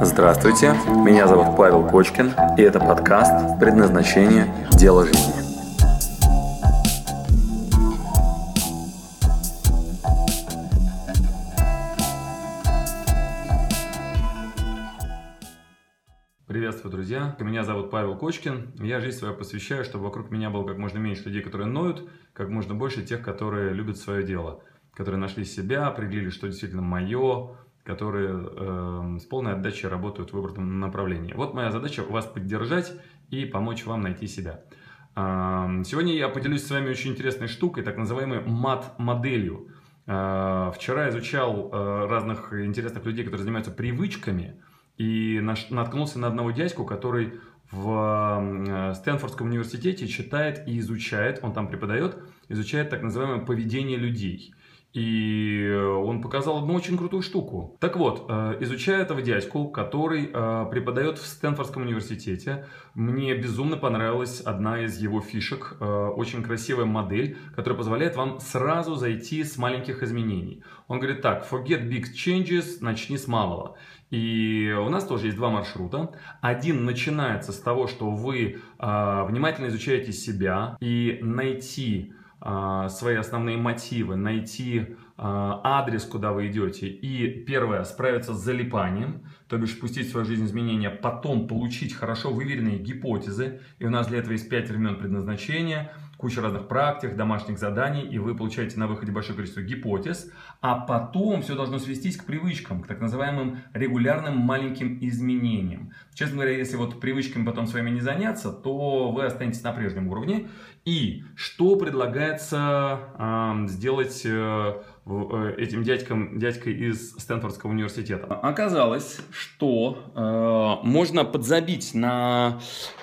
Здравствуйте, меня зовут Павел Кочкин, и это подкаст «Предназначение. Дело жизни». Приветствую, друзья! Меня зовут Павел Кочкин. Я жизнь свою посвящаю, чтобы вокруг меня было как можно меньше людей, которые ноют, как можно больше тех, которые любят свое дело, которые нашли себя, определили, что действительно мое, которые с полной отдачей работают в выбранном направлении. Вот моя задача вас поддержать и помочь вам найти себя. Сегодня я поделюсь с вами очень интересной штукой, так называемой мат-моделью. Вчера изучал разных интересных людей, которые занимаются привычками, и наткнулся на одного дядьку, который в Стэнфордском университете читает и изучает, он там преподает, изучает так называемое поведение людей. И он показал одну очень крутую штуку. Так вот, изучая этого дядьку, который преподает в Стэнфордском университете, мне безумно понравилась одна из его фишек, очень красивая модель, которая позволяет вам сразу зайти с маленьких изменений. Он говорит так: forget big changes, начни с малого. И у нас тоже есть два маршрута. Один начинается с того, что вы внимательно изучаете себя и найти свои основные мотивы, найти адрес, куда вы идете. И первое, справиться с залипанием, то бишь впустить в свою жизнь изменения, потом получить хорошо выверенные гипотезы. И у нас для этого есть 5 времен предназначения, куча разных практик, домашних заданий, и вы получаете на выходе большое количество гипотез, а потом все должно свестись к привычкам, к так называемым регулярным маленьким изменениям. Честно говоря, если вот привычками потом своими не заняться, то вы останетесь на прежнем уровне. И что предлагается сделать этим дядькой из Стэнфордского университета? Оказалось, что можно подзабить на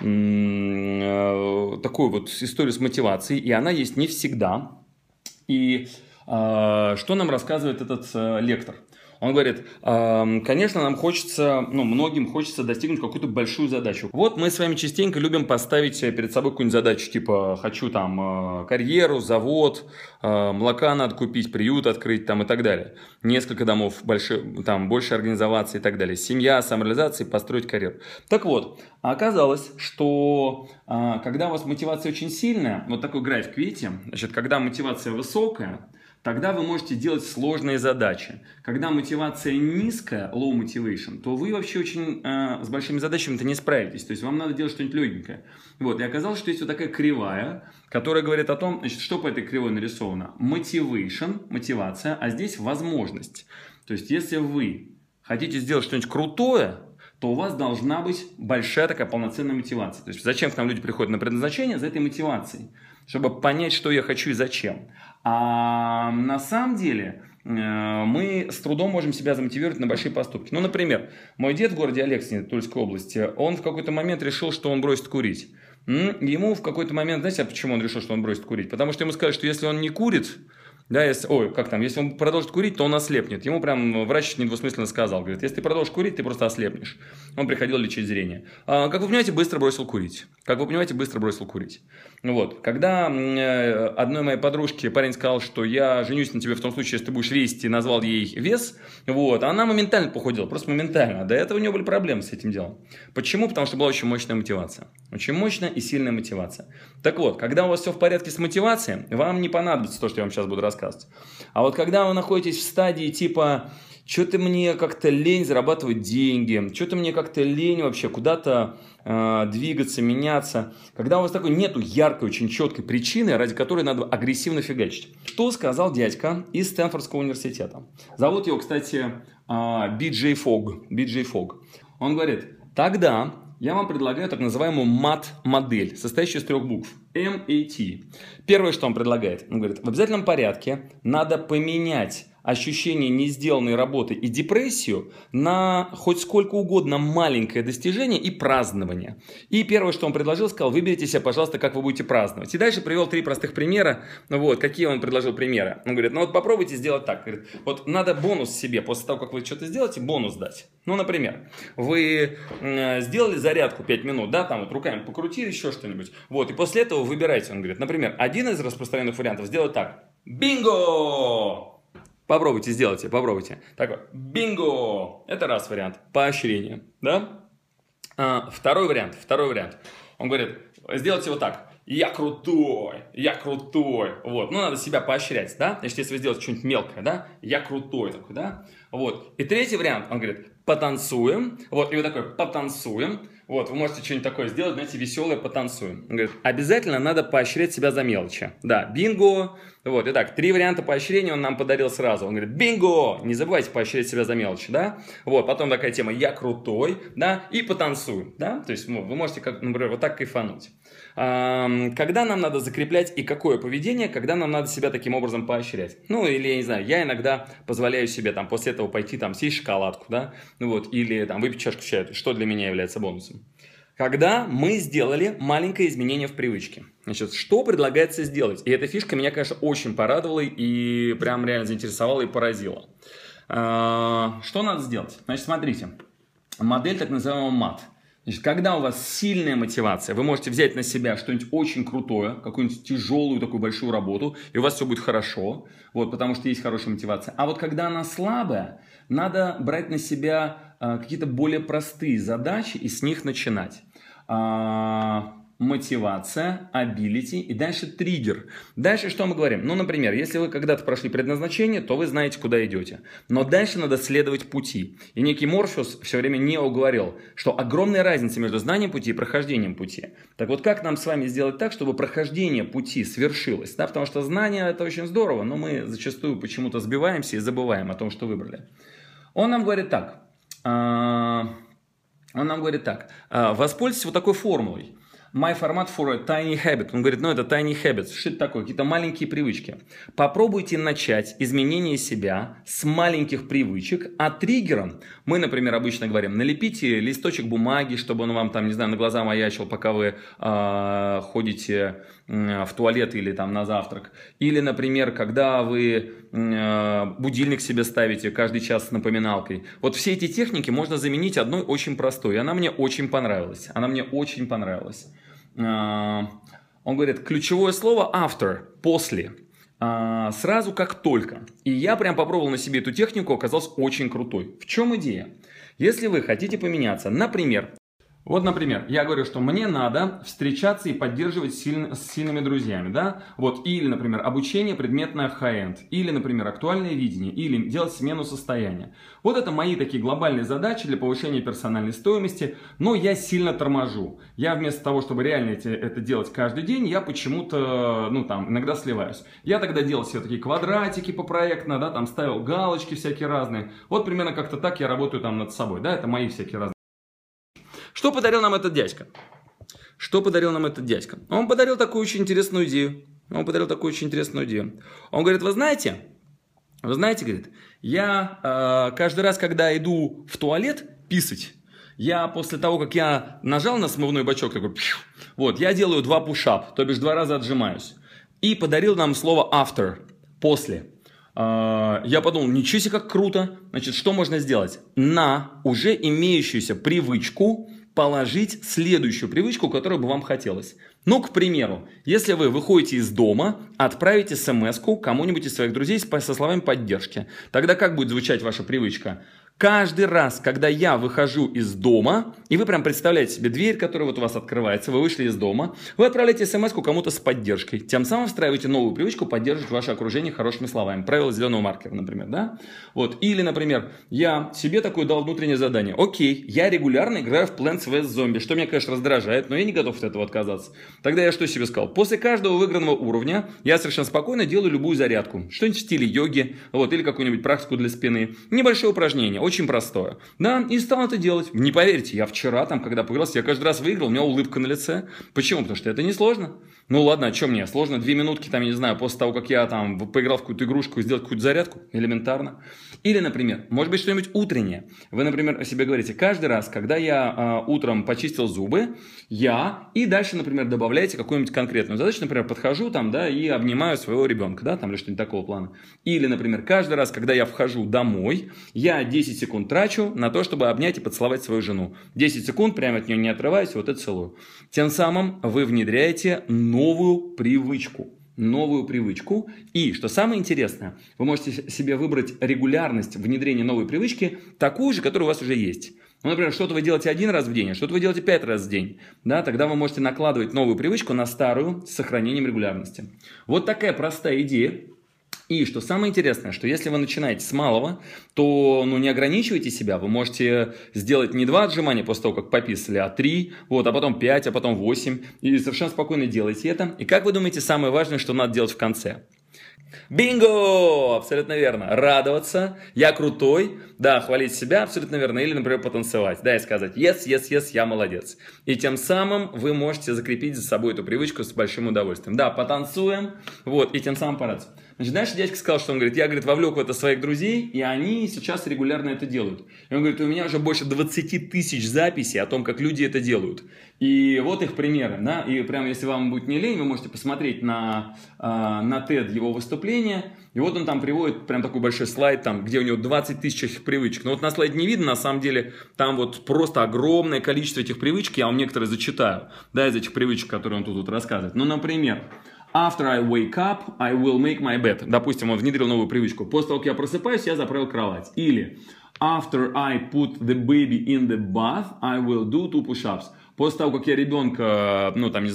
такую вот историю с мотивацией, и она есть не всегда. И что нам рассказывает этот лектор? Он говорит: конечно, нам хочется, многим хочется достигнуть какую-то большую задачу. Вот мы с вами частенько любим поставить перед собой какую-нибудь задачу, типа хочу там карьеру, завод, молока надо купить, приют открыть там и так далее. Несколько домов, больше организоваться и так далее. Семья, самореализация, построить карьеру. Так вот, оказалось, что когда у вас мотивация очень сильная, вот такой график, видите, значит, когда мотивация высокая, тогда вы можете делать сложные задачи. Когда мотивация низкая, low motivation, то вы вообще очень с большими задачами-то не справитесь. То есть вам надо делать что-нибудь легенькое. Вот. И оказалось, что есть вот такая кривая, которая говорит о том, значит, что по этой кривой нарисовано. Motivation, мотивация, а здесь возможность. То есть если вы хотите сделать что-нибудь крутое, то у вас должна быть большая такая полноценная мотивация. То есть зачем к нам люди приходят на предназначение? За этой мотивацией. Чтобы понять, что я хочу и зачем. А на самом деле мы с трудом можем себя замотивировать на большие поступки. Ну, например, мой дед в городе Алексине, Тульской области, он в какой-то момент решил, что он бросит курить. Ему в какой-то момент, знаете, почему он решил, что он бросит курить? Потому что ему сказали, что если он не курит, да, если он продолжит курить, то он ослепнет. Ему прям врач недвусмысленно сказал, говорит: если ты продолжишь курить, ты просто ослепнешь. Он приходил лечить зрение. Как вы понимаете, быстро бросил курить. Вот. Когда одной моей подружке парень сказал, что я женюсь на тебе в том случае, если ты будешь весить, и назвал ей вес, вот, она моментально похудела, просто моментально. До этого у нее были проблемы с этим делом. Почему? Потому что была очень мощная мотивация. Очень мощная и сильная мотивация. Так вот, когда у вас все в порядке с мотивацией, вам не понадобится то, что я вам сейчас буду рассказывать. А вот когда вы находитесь в стадии типа: что-то мне как-то лень зарабатывать деньги, что-то мне как-то лень вообще куда-то двигаться, меняться. Когда у вас такой нету яркой, очень четкой причины, ради которой надо агрессивно фигачить. Что сказал дядька из Стэнфордского университета? Зовут его, кстати, Би-Джей Фог. Он говорит: тогда я вам предлагаю так называемую MAT-модель, состоящую из 3 букв. M-A-T. Первое, что он предлагает, он говорит: в обязательном порядке надо поменять ощущение несделанной работы и депрессию на хоть сколько угодно маленькое достижение и празднование. И первое, что он предложил, сказал: выберите себе, пожалуйста, как вы будете праздновать. И дальше привел 3 простых примера. Вот, какие он предложил примеры? Он говорит: вот попробуйте сделать так. Говорит: вот надо бонус себе, после того, как вы что-то сделаете, бонус дать. Например, вы сделали зарядку 5 минут, да, там вот руками покрутили, еще что-нибудь. Вот, и после этого выбирайте. Он говорит: например, один из распространенных вариантов сделать так. Бинго! Попробуйте, сделайте, попробуйте. Такой, бинго! Это раз вариант, поощрение, да? Второй вариант. Он говорит, сделайте вот так. Я крутой. Вот, ну надо себя поощрять, да? Значит, если вы сделаете что-нибудь мелкое, да? Я крутой такой, да? Вот. И третий вариант, он говорит, потанцуем. Вот, и вы такой, потанцуем. Вот, вы можете что-нибудь такое сделать, знаете, веселое, потанцуем. Он говорит, обязательно надо поощрять себя за мелочи. Да, бинго. Вот, итак, 3 варианта поощрения он нам подарил сразу. Он говорит, бинго! Не забывайте поощрять себя за мелочи, да? Вот, потом такая тема, я крутой, да? И потанцуем, да? То есть, вы можете, как, например, вот так кайфануть. Когда нам надо закреплять и какое поведение, когда нам надо себя таким образом поощрять. Ну, или, я не знаю, я иногда позволяю себе там после этого пойти там съесть шоколадку, да? Ну, вот, или там выпить чашку чая, что для меня является бонусом. Когда мы сделали маленькое изменение в привычке. Значит, что предлагается сделать? И эта фишка меня, конечно, очень порадовала и прям реально заинтересовала и поразила. Что надо сделать? Значит, смотрите. Модель так называемого МАТ. Значит, когда у вас сильная мотивация, вы можете взять на себя что-нибудь очень крутое, какую-нибудь тяжелую такую большую работу, и у вас все будет хорошо, вот, потому что есть хорошая мотивация. А вот когда она слабая, надо брать на себя какие-то более простые задачи и с них начинать. Мотивация, ability и дальше триггер. Дальше что мы говорим? Ну, например, если вы когда-то прошли предназначение, то вы знаете, куда идете. Но дальше надо следовать пути. И некий Морфеус все время Нео говорил, что огромная разница между знанием пути и прохождением пути. Так вот, как нам с вами сделать так, чтобы прохождение пути свершилось? Да? Потому что знание – это очень здорово, но мы зачастую почему-то сбиваемся и забываем о том, что выбрали. Он нам говорит так. Воспользуйтесь вот такой формулой. My format for a tiny habit. Он говорит, ну это tiny habits. Что это такое? Какие-то маленькие привычки. Попробуйте начать изменение себя с маленьких привычек, а триггером мы, например, обычно говорим, налепите листочек бумаги, чтобы он вам там, не знаю, на глаза маячил, пока вы ходите в туалет или там на завтрак. Или, например, когда вы будильник себе ставите каждый час с напоминалкой. Вот все эти техники можно заменить одной очень простой. И она мне очень понравилась. Он говорит, ключевое слово after, после, сразу как только. И я прям попробовал на себе эту технику, оказалась очень крутой. В чем идея? Если вы хотите поменяться, например, я говорю, что мне надо встречаться и поддерживать с сильными друзьями, да? Вот, или, например, обучение предметное в high-end, или, например, актуальное видение, или делать смену состояния. Вот это мои такие глобальные задачи для повышения персональной стоимости, но я сильно торможу. Я вместо того, чтобы реально это делать каждый день, я почему-то, иногда сливаюсь. Я тогда делал себе такие квадратики попроектно, да, там ставил галочки всякие разные. Вот примерно как-то так я работаю там над собой, да, это мои всякие разные. Что подарил нам этот дядька? Он подарил такую очень интересную идею. Он говорит, вы знаете, говорит, я каждый раз, когда иду в туалет писать, я после того, как я нажал на смывной бачок, такой, вот, я делаю 2 push-up, то бишь 2 раза отжимаюсь. И подарил нам слово after, после. Я подумал, ничего себе, как круто. Значит, что можно сделать? На уже имеющуюся привычку положить следующую привычку, которую бы вам хотелось. Ну, к примеру, если вы выходите из дома, отправите смс-ку кому-нибудь из своих друзей со словами поддержки. Тогда как будет звучать ваша привычка? Каждый раз, когда я выхожу из дома, и вы прям представляете себе дверь, которая вот у вас открывается, вы вышли из дома, вы отправляете смс-ку кому-то с поддержкой. Тем самым встраиваете новую привычку поддерживать ваше окружение хорошими словами. Правило зеленого маркера, например, да? Вот. Или, например, я себе такое дал внутреннее задание. Окей, я регулярно играю в Plants vs. Zombies, что меня, конечно, раздражает, но я не готов от этого отказаться. Тогда я что себе сказал? После каждого выигранного уровня я совершенно спокойно делаю любую зарядку. Что-нибудь в стиле йоги, вот, или какую-нибудь практику для спины. Небольшое упражнение. Очень простое. Да, и стал это делать. Не поверите, я вчера, когда поигрался, я каждый раз выиграл, у меня улыбка на лице. Почему? Потому что это не сложно. Ну ладно, а что мне? Сложно 2 минутки, я не знаю, после того, как я поиграл в какую-то игрушку, сделать какую-то зарядку? Элементарно. Или, например, может быть что-нибудь утреннее. Вы, например, о себе говорите, каждый раз, когда я утром почистил зубы, и дальше, например, добавляете какую-нибудь конкретную задачу, например, подхожу и обнимаю своего ребенка, или что-нибудь такого плана. Или, например, каждый раз, когда я вхожу домой, я 10 секунд трачу на то, чтобы обнять и поцеловать свою жену. 10 секунд, прямо от нее не отрываясь, и целую. Тем самым вы внедряете новую привычку. новую привычку. И, что самое интересное, вы можете себе выбрать регулярность внедрения новой привычки, такую же, которая у вас уже есть. Ну, например, что-то вы делаете 1 раз в день, а что-то вы делаете 5 раз в день. Да, тогда вы можете накладывать новую привычку на старую с сохранением регулярности. Вот такая простая идея. И что самое интересное, что если вы начинаете с малого, то не ограничивайте себя. Вы можете сделать не 2 отжимания после того, как пописали, а 3, а потом 5, а потом 8. И совершенно спокойно делайте это. И как вы думаете, самое важное, что надо делать в конце? Бинго! Абсолютно верно. Радоваться. Я крутой. Да, хвалить себя. Абсолютно верно. Или, например, потанцевать. Да, и сказать yes, я молодец. И тем самым вы можете закрепить за собой эту привычку с большим удовольствием. Да, потанцуем. И тем самым порадоваться. Значит, знаешь, дядька сказал, что он говорит, я, вовлек в это своих друзей, и они сейчас регулярно это делают. И он говорит, у меня уже больше 20 тысяч записей о том, как люди это делают. И вот их примеры, да, и прямо если вам будет не лень, вы можете посмотреть на TED его выступление, и вот он там приводит прям такой большой слайд, там, где у него 20 тысяч этих привычек. Но вот на слайде не видно, на самом деле, там вот просто огромное количество этих привычек, я вам некоторые зачитаю, да, из этих привычек, которые он тут рассказывает. Ну, например... After I wake up, I will make my bed. Допустим, он внедрил новую привычку. После того, как я просыпаюсь, я заправил кровать. Или After I put the baby in the bath, I will do 2 push-ups. После того, как я ребенка,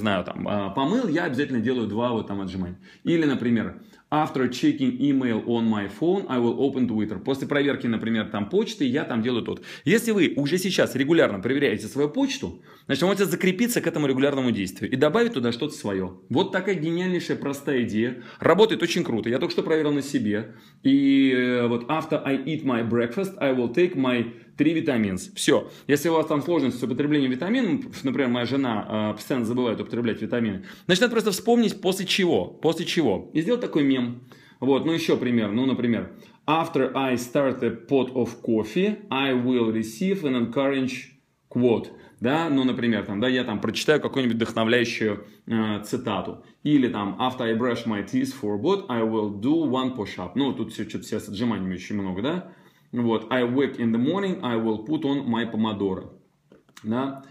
помыл, я обязательно делаю 2 отжимания. Или, например, After checking email on my phone, I will open Twitter. После проверки, например, почты, я делаю тот. Если вы уже сейчас регулярно проверяете свою почту, значит, вы можете закрепиться к этому регулярному действию и добавить туда что-то свое. Вот такая гениальнейшая простая идея. Работает очень круто. Я только что проверил на себе. И after I eat my breakfast, I will take my 3 vitamins. Все. Если у вас там сложность с употреблением витаминов, например, моя жена постоянно забывает употреблять витамины, значит, надо просто вспомнить после чего. И сделать такой мем. Еще пример. Например, After I start a pot of coffee, I will receive an encouraging quote. Да, например, я прочитаю какую-нибудь вдохновляющую цитату. Или After I brush my teeth for bed, I will do 1 push-up. Тут все с отжиманиями очень много, да? I wake in the morning, I will put on my pomodoro. Да?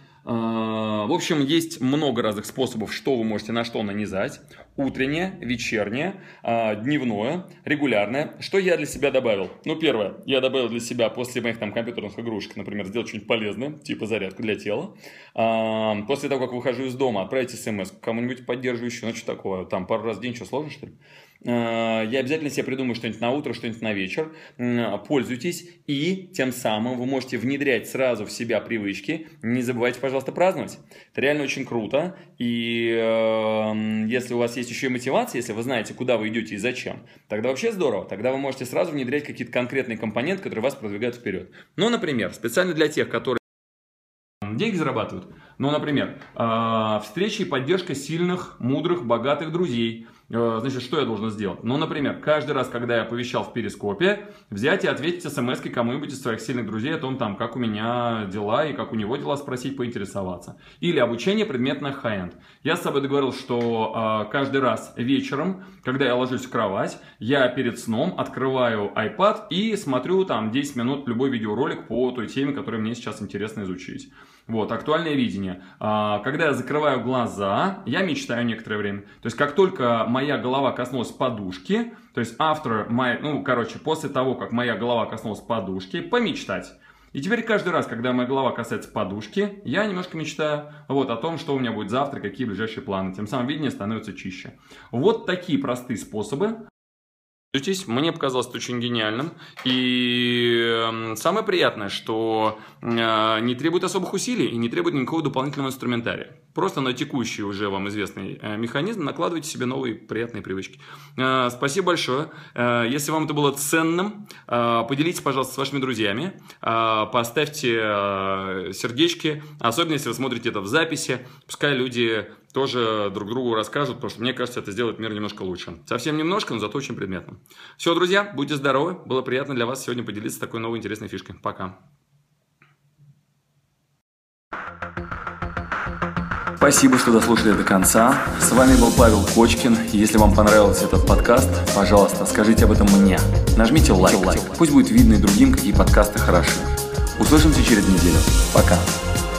В общем, есть много разных способов, что вы можете на что нанизать. Утреннее, вечернее, дневное, регулярное. Что я для себя добавил? Первое, я добавил для себя после моих компьютерных игрушек, например, сделать что-нибудь полезное, типа зарядку для тела. После того, как выхожу из дома, отправить смс кому-нибудь поддерживающую, что такое, пару раз в день, что сложно, что ли? Я обязательно себе придумаю что-нибудь на утро, что-нибудь на вечер. Пользуйтесь, и тем самым вы можете внедрять сразу в себя привычки. Не забывайте, пожалуйста, праздновать. Это реально очень круто. И если у вас есть еще и мотивация, если вы знаете, куда вы идете и зачем, тогда вообще здорово. Тогда вы можете сразу внедрять какие-то конкретные компоненты, которые вас продвигают вперед. Например, специально для тех, которые деньги зарабатывают. Например, встреча и поддержка сильных, мудрых, богатых друзей. Значит, что я должен сделать? Например, каждый раз, когда я оповещал в перископе, взять и ответить смс-кой кому-нибудь из своих сильных друзей о том, как у меня дела и как у него дела, спросить, поинтересоваться. Или обучение предметных high-end. Я с собой договорился, что каждый раз вечером, когда я ложусь в кровать, я перед сном открываю iPad и смотрю 10 минут любой видеоролик по той теме, которая мне сейчас интересно изучить. Актуальное видение. Когда я закрываю глаза, я мечтаю некоторое время. То есть, как только моя голова коснулась подушки, то есть, после того, как моя голова коснулась подушки, помечтать. И теперь каждый раз, когда моя голова касается подушки, я немножко мечтаю о том, что у меня будет завтра, какие ближайшие планы. Тем самым видение становится чище. Вот такие простые способы. Мне показалось это очень гениальным. И самое приятное, что не требует особых усилий и не требует никакого дополнительного инструментария. Просто на текущий уже вам известный механизм накладывайте себе новые приятные привычки. Спасибо большое. Если вам это было ценным, поделитесь, пожалуйста, с вашими друзьями. Поставьте сердечки, особенно если вы смотрите это в записи. Пускай люди тоже друг другу расскажут, потому что мне кажется, это сделает мир немножко лучше. Совсем немножко, но зато очень предметно. Все, друзья, будьте здоровы. Было приятно для вас сегодня поделиться такой новой интересной фишкой. Пока. Спасибо, что дослушали до конца. С вами был Павел Кочкин. Если вам понравился этот подкаст, пожалуйста, скажите об этом мне. Нажмите лайк. Пусть будет видно и другим, какие подкасты хороши. Услышимся через неделю. Пока.